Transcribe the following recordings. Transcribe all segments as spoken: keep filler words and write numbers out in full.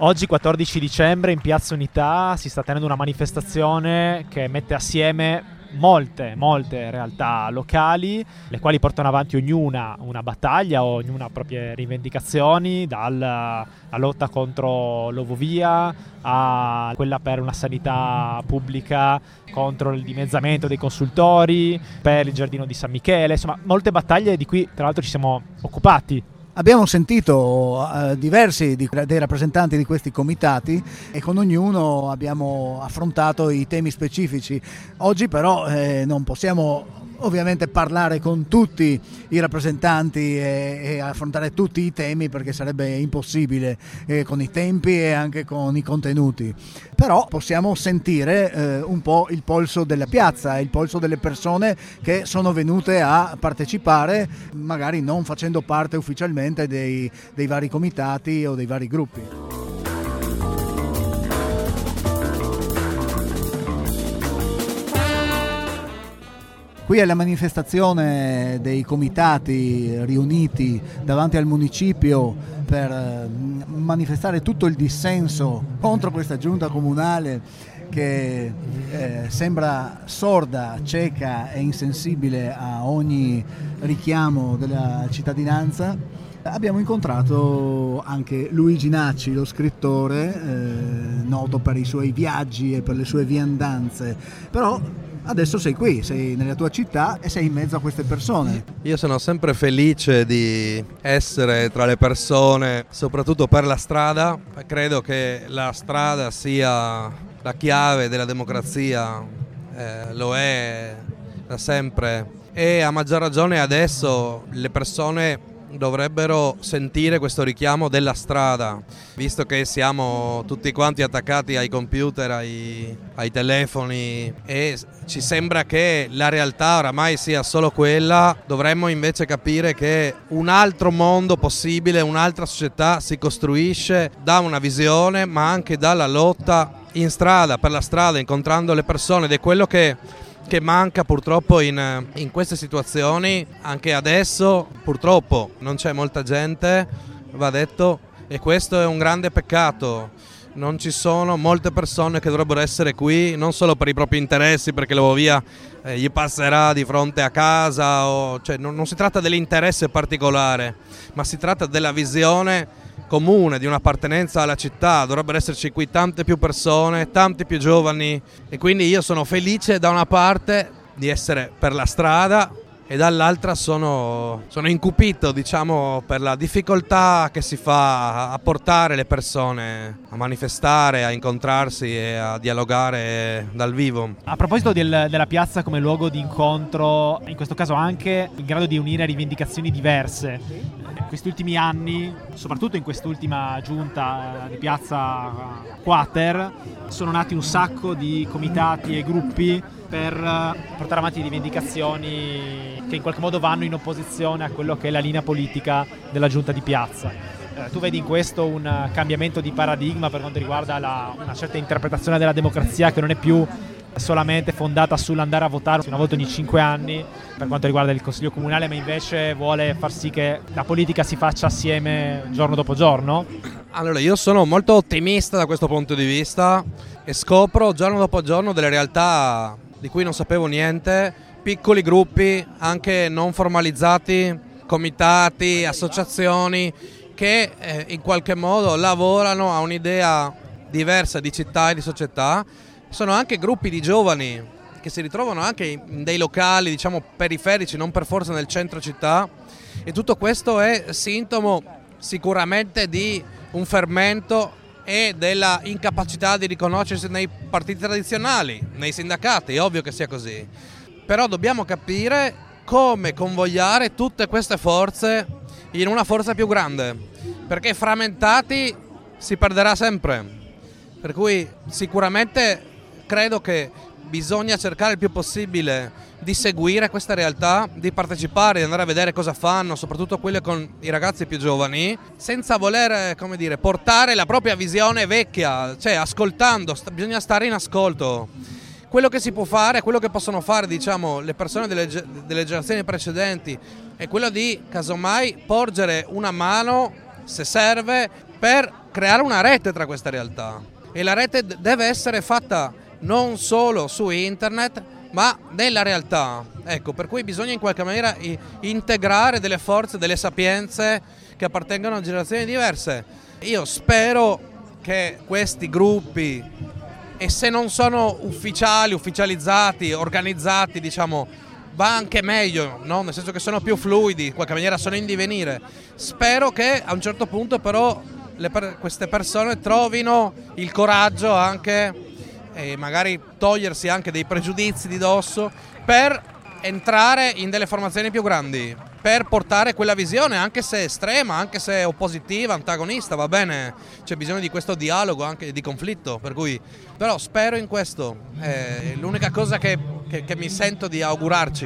Oggi, quattordici dicembre, in Piazza Unità si sta tenendo una manifestazione che mette assieme molte, molte realtà locali, le quali portano avanti ognuna una battaglia, ognuna proprie rivendicazioni, dalla lotta contro l'ovovia a quella per una sanità pubblica, contro il dimezzamento dei consultori, per il giardino di San Michele, insomma molte battaglie di cui tra l'altro ci siamo occupati. Abbiamo sentito uh, diversi di, dei rappresentanti di questi comitati e con ognuno abbiamo affrontato i temi specifici. Oggi però eh, non possiamo ovviamente parlare con tutti i rappresentanti e, e affrontare tutti i temi, perché sarebbe impossibile eh, con i tempi e anche con i contenuti. Però possiamo sentire eh, un po' il polso della piazza, il polso delle persone che sono venute a partecipare, magari non facendo parte ufficialmente dei, dei vari comitati o dei vari gruppi. Qui è la manifestazione dei comitati riuniti davanti al municipio per manifestare tutto il dissenso contro questa giunta comunale che eh, sembra sorda, cieca e insensibile a ogni richiamo della cittadinanza. Abbiamo incontrato anche Luigi Nacci, lo scrittore, eh, noto per i suoi viaggi e per le sue viandanze, però adesso sei qui, sei nella tua città e sei in mezzo a queste persone. Io sono sempre felice di essere tra le persone, soprattutto per la strada. Credo che la strada sia la chiave della democrazia, eh, lo è da sempre, e a maggior ragione adesso le persone dovrebbero sentire questo richiamo della strada, visto che siamo tutti quanti attaccati ai computer, ai, ai telefoni, e ci sembra che la realtà oramai sia solo quella. Dovremmo invece capire che un altro mondo possibile, un'altra società si costruisce da una visione, ma anche dalla lotta in strada, per la strada, incontrando le persone, ed è quello che che manca purtroppo in, in queste situazioni. Anche adesso purtroppo non c'è molta gente, va detto, e questo è un grande peccato. Non ci sono molte persone che dovrebbero essere qui non solo per i propri interessi, perché l'ovovia eh, gli passerà di fronte a casa, o, cioè, non, non si tratta dell'interesse particolare, ma si tratta della visione comune, di un'appartenenza alla città. Dovrebbero esserci qui tante più persone, tanti più giovani, e quindi io sono felice da una parte di essere per la strada e dall'altra sono, sono incupito, diciamo, per la difficoltà che si fa a portare le persone a manifestare, a incontrarsi e a dialogare dal vivo. A proposito del, della piazza come luogo di incontro, in questo caso anche in grado di unire rivendicazioni diverse, in questi ultimi anni, soprattutto in quest'ultima giunta di piazza Quater, sono nati un sacco di comitati e gruppi per portare avanti rivendicazioni che in qualche modo vanno in opposizione a quello che è la linea politica della giunta di piazza. Eh, tu vedi in questo un cambiamento di paradigma per quanto riguarda la, una certa interpretazione della democrazia, che non è più solamente fondata sull'andare a votare una volta ogni cinque anni per quanto riguarda il Consiglio Comunale, ma invece vuole far sì che la politica si faccia assieme giorno dopo giorno? Allora, io sono molto ottimista da questo punto di vista e scopro giorno dopo giorno delle realtà di cui non sapevo niente, piccoli gruppi anche non formalizzati, comitati, associazioni che eh, in qualche modo lavorano a un'idea diversa di città e di società. Sono anche gruppi di giovani che si ritrovano anche in dei locali, diciamo, periferici, non per forza nel centro città, e tutto questo è sintomo sicuramente di un fermento e della incapacità di riconoscersi nei partiti tradizionali, nei sindacati. È ovvio che sia così, però dobbiamo capire come convogliare tutte queste forze in una forza più grande, perché frammentati si perderà sempre. Per cui sicuramente credo che bisogna cercare il più possibile di seguire questa realtà, di partecipare, di andare a vedere cosa fanno, soprattutto quelle con i ragazzi più giovani, senza voler, come dire, portare la propria visione vecchia, cioè ascoltando, st- bisogna stare in ascolto. Quello che si può fare, quello che possono fare, diciamo, le persone delle, delle generazioni precedenti, è quello di, casomai, porgere una mano, se serve, per creare una rete tra queste realtà, e la rete deve essere fatta non solo su internet ma nella realtà, ecco, per cui bisogna in qualche maniera integrare delle forze, delle sapienze che appartengono a generazioni diverse. Io spero che questi gruppi, e se non sono ufficiali, ufficializzati, organizzati, diciamo, va anche meglio, no? Nel senso che sono più fluidi, in qualche maniera sono in divenire. Spero che a un certo punto però le per- queste persone trovino il coraggio anche, e magari togliersi anche dei pregiudizi di dosso, per entrare in delle formazioni più grandi, per portare quella visione, anche se estrema, anche se oppositiva, antagonista, va bene, c'è bisogno di questo dialogo, anche di conflitto, per cui però spero in questo, è l'unica cosa che, che, che mi sento di augurarci.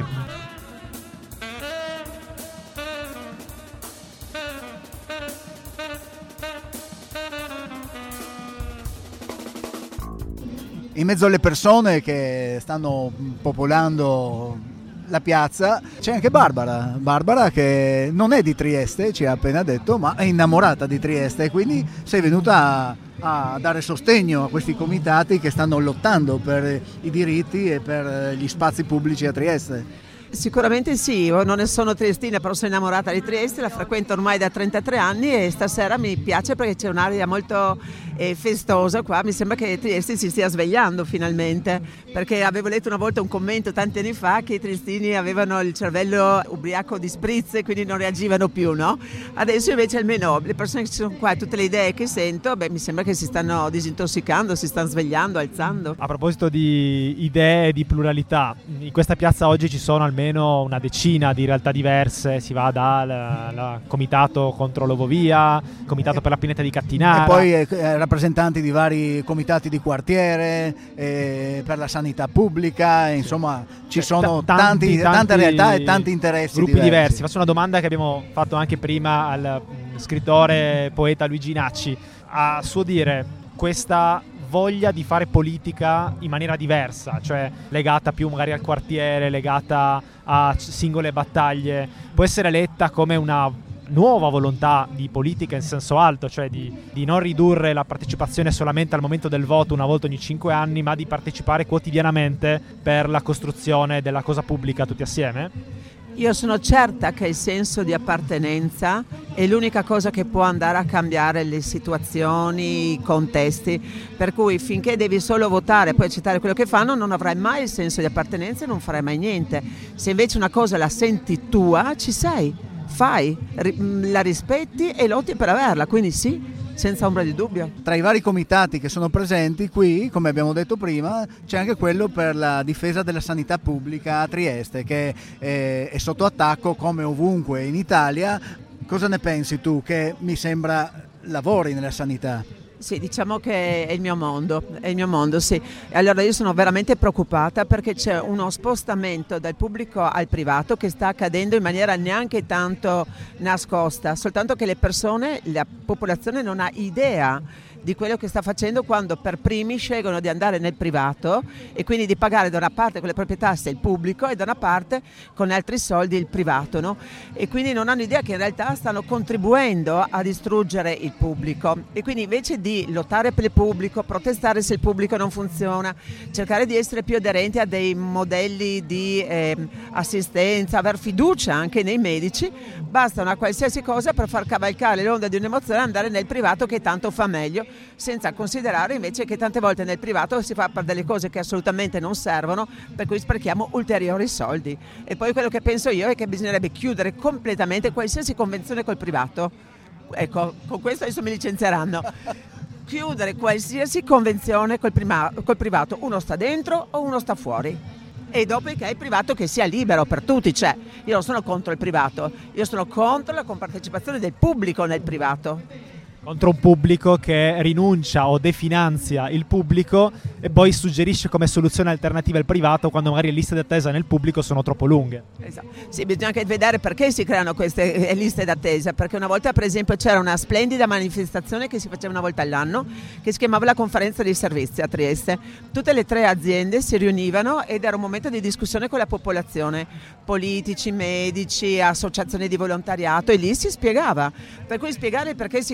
In mezzo alle persone che stanno popolando la piazza c'è anche Barbara, Barbara che non è di Trieste, ci ha appena detto, ma è innamorata di Trieste, e quindi sei venuta a, a dare sostegno a questi comitati che stanno lottando per i diritti e per gli spazi pubblici a Trieste. Sicuramente sì, io non ne sono triestina, però sono innamorata di Trieste, la frequento ormai da trentatré anni e stasera mi piace perché c'è un'aria molto eh, festosa qua, mi sembra che Trieste si stia svegliando finalmente, perché avevo letto una volta un commento tanti anni fa che i triestini avevano il cervello ubriaco di spritz, quindi non reagivano più, no? Adesso invece almeno le persone che ci sono qua e tutte le idee che sento, beh, mi sembra che si stanno disintossicando, si stanno svegliando, alzando. A proposito di idee e di pluralità, in questa piazza oggi ci sono almeno una decina di realtà diverse, si va dal comitato contro l'ovovia, comitato per la pineta di Cattinara, e poi eh, rappresentanti di vari comitati di quartiere, eh, per la sanità pubblica, insomma ci sono T- tanti, tanti, tanti tante realtà e tanti interessi gruppi diversi. diversi. Faccio una domanda che abbiamo fatto anche prima al scrittore poeta Luigi Nacci. A suo dire, questa voglia di fare politica in maniera diversa, cioè legata più magari al quartiere, legata a singole battaglie, può essere letta come una nuova volontà di politica in senso alto, cioè di, di non ridurre la partecipazione solamente al momento del voto una volta ogni cinque anni, ma di partecipare quotidianamente per la costruzione della cosa pubblica tutti assieme? Io sono certa che il senso di appartenenza è l'unica cosa che può andare a cambiare le situazioni, i contesti, per cui finché devi solo votare e poi accettare quello che fanno non avrai mai il senso di appartenenza e non farai mai niente. Se invece una cosa la senti tua, ci sei, fai, la rispetti e lotti per averla, quindi sì, senza ombra di dubbio. Tra i vari comitati che sono presenti qui, come abbiamo detto prima, c'è anche quello per la difesa della sanità pubblica a Trieste, che è, è sotto attacco come ovunque in Italia. Cosa ne pensi tu, che mi sembra lavori nella sanità? Sì, diciamo che è il mio mondo, è il mio mondo, sì. Allora io sono veramente preoccupata perché c'è uno spostamento dal pubblico al privato che sta accadendo in maniera neanche tanto nascosta, soltanto che le persone, la popolazione non ha idea di quello che sta facendo quando per primi scelgono di andare nel privato e quindi di pagare da una parte con le proprie tasse il pubblico e da una parte con altri soldi il privato, no? E quindi non hanno idea che in realtà stanno contribuendo a distruggere il pubblico, e quindi invece di lottare per il pubblico, protestare se il pubblico non funziona, cercare di essere più aderenti a dei modelli di eh, assistenza, aver fiducia anche nei medici, basta una qualsiasi cosa per far cavalcare l'onda di un'emozione e andare nel privato che tanto fa meglio, senza considerare invece che tante volte nel privato si fa per delle cose che assolutamente non servono, per cui sprechiamo ulteriori soldi. E poi quello che penso io è che bisognerebbe chiudere completamente qualsiasi convenzione col privato. Ecco, con questo adesso mi licenzieranno. Chiudere qualsiasi convenzione col, prima, col privato, uno sta dentro o uno sta fuori. E dopodiché il privato che sia libero per tutti, cioè io non sono contro il privato, io sono contro la compartecipazione del pubblico nel privato. Contro un pubblico che rinuncia o definanzia il pubblico e poi suggerisce come soluzione alternativa il privato quando magari le liste d'attesa nel pubblico sono troppo lunghe. Esatto. Sì, bisogna anche vedere perché si creano queste liste d'attesa, perché una volta per esempio c'era una splendida manifestazione che si faceva una volta all'anno che si chiamava la conferenza dei servizi a Trieste. Tutte le tre aziende si riunivano ed era un momento di discussione con la popolazione, politici, medici, associazioni di volontariato, e lì si spiegava, per cui spiegare perché si costituisce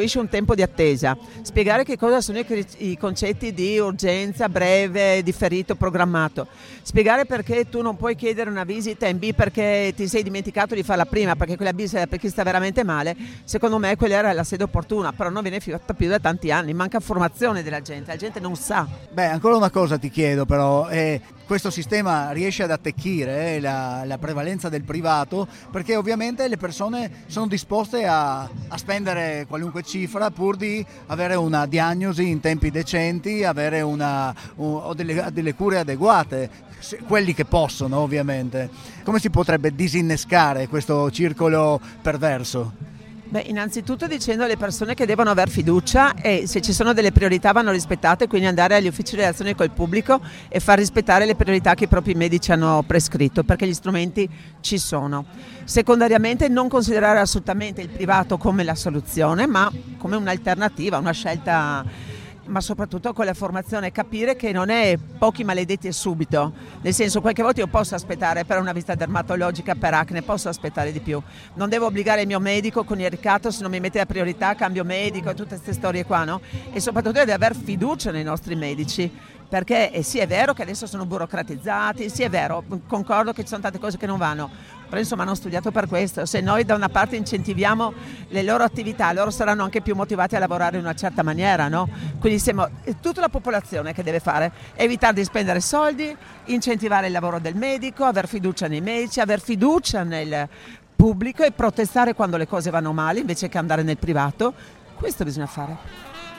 costruisci un tempo di attesa, spiegare che cosa sono i, i concetti di urgenza, breve, differito, programmato, spiegare perché tu non puoi chiedere una visita in B perché ti sei dimenticato di farla prima, perché quella B per chi sta veramente male, secondo me quella era la sede opportuna, però non viene fatta più da tanti anni, manca formazione della gente, la gente non sa. Beh, ancora una cosa ti chiedo però, eh, questo sistema riesce ad attecchire eh, la, la prevalenza del privato, perché ovviamente le persone sono disposte a, a spendere qualunque cifra pur di avere una diagnosi in tempi decenti, avere una, un, o delle, delle cure adeguate, quelli che possono ovviamente. Come si potrebbe disinnescare questo circolo perverso? Beh, innanzitutto dicendo alle persone che devono aver fiducia e se ci sono delle priorità vanno rispettate, quindi andare agli uffici di relazioni col pubblico e far rispettare le priorità che i propri medici hanno prescritto, perché gli strumenti ci sono. Secondariamente non considerare assolutamente il privato come la soluzione, ma come un'alternativa, una scelta, ma soprattutto con la formazione, capire che non è pochi maledetti e subito, nel senso qualche volta io posso aspettare per una visita dermatologica per acne, posso aspettare di più, non devo obbligare il mio medico con il ricatto, se non mi mette la priorità cambio medico e tutte queste storie qua, no? E soprattutto devo aver fiducia nei nostri medici, perché eh, sì è vero che adesso sono burocratizzati, sì è vero, concordo che ci sono tante cose che non vanno, però insomma hanno studiato per questo. Se noi da una parte incentiviamo le loro attività, loro saranno anche più motivati a lavorare in una certa maniera, no? Quindi siamo è tutta la popolazione che deve fare, evitare di spendere soldi, incentivare il lavoro del medico, aver fiducia nei medici, aver fiducia nel pubblico e protestare quando le cose vanno male invece che andare nel privato. Questo bisogna fare.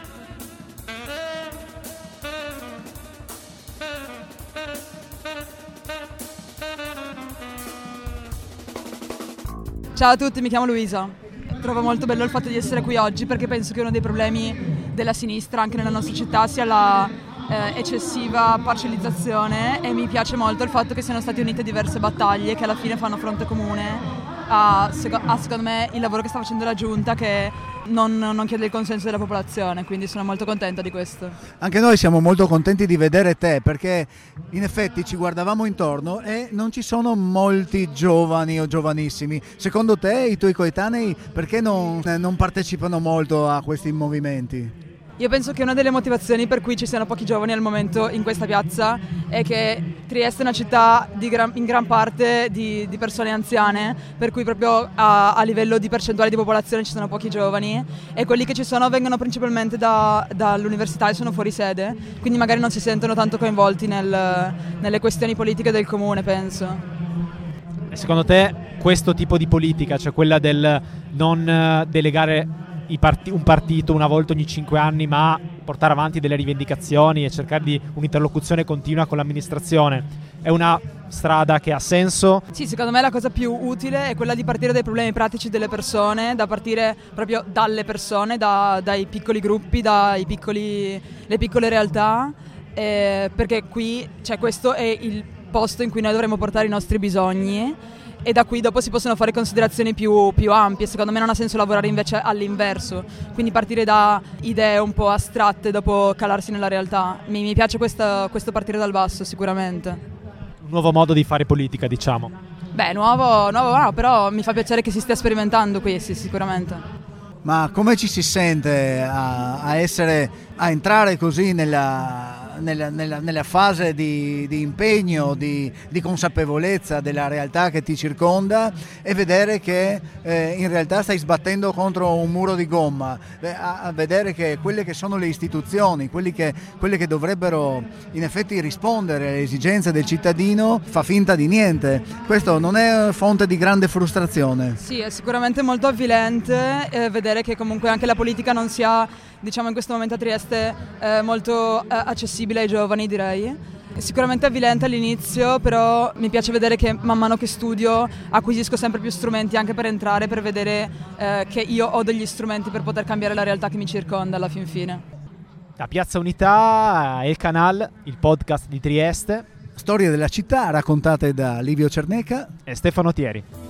Ciao a tutti, mi chiamo Luisa. Trovo molto bello il fatto di essere qui oggi perché penso che uno dei problemi della sinistra anche nella nostra città sia la eh, eccessiva parcializzazione e mi piace molto il fatto che siano state unite diverse battaglie che alla fine fanno fronte comune a, a secondo me il lavoro che sta facendo la giunta, che non, non chiede il consenso della popolazione, quindi sono molto contenta di questo. Anche noi siamo molto contenti di vedere te, perché in effetti ci guardavamo intorno e non ci sono molti giovani o giovanissimi. Secondo te i tuoi coetanei perché non, non partecipano molto a questi movimenti? Io penso che una delle motivazioni per cui ci siano pochi giovani al momento in questa piazza è che Trieste è una città di gran, in gran parte di, di persone anziane, per cui proprio a, a livello di percentuale di popolazione ci sono pochi giovani e quelli che ci sono vengono principalmente da, dall'università e sono fuori sede, quindi magari non si sentono tanto coinvolti nel, nelle questioni politiche del comune, penso. E secondo te questo tipo di politica, cioè quella del non delegare I part- un partito una volta ogni cinque anni, ma portare avanti delle rivendicazioni e cercare di un'interlocuzione continua con l'amministrazione, è una strada che ha senso? Sì, secondo me la cosa più utile è quella di partire dai problemi pratici delle persone, da partire proprio dalle persone, da, dai piccoli gruppi, dai piccoli, le piccole realtà, eh, perché qui, cioè, questo è il posto in cui noi dovremmo portare i nostri bisogni e da qui dopo si possono fare considerazioni più, più ampie. Secondo me non ha senso lavorare invece all'inverso, quindi partire da idee un po' astratte, dopo calarsi nella realtà. Mi, mi piace questa, questo partire dal basso sicuramente. Un nuovo modo di fare politica, diciamo. Beh, nuovo, nuovo no, però mi fa piacere che si stia sperimentando qui, sì, sicuramente. Ma come ci si sente a, a essere, a entrare così nella... Nella, nella, nella fase di, di impegno, di, di consapevolezza della realtà che ti circonda e vedere che eh, in realtà stai sbattendo contro un muro di gomma, a, a vedere che quelle che sono le istituzioni, quelli che, quelle che dovrebbero in effetti rispondere alle esigenze del cittadino, fa finta di niente. Questo non è fonte di grande frustrazione? Sì, è sicuramente molto avvilente eh, vedere che comunque anche la politica non sia, diciamo in questo momento a Trieste, eh, molto eh, accessibile ai giovani, direi. È sicuramente avvilente all'inizio, però mi piace vedere che man mano che studio acquisisco sempre più strumenti anche per entrare, per vedere eh, che io ho degli strumenti per poter cambiare la realtà che mi circonda alla fin fine. Da Piazza Unità e il Canal, il podcast di Trieste. Storie della città raccontate da Livio Cerneca e Stefano Thieri.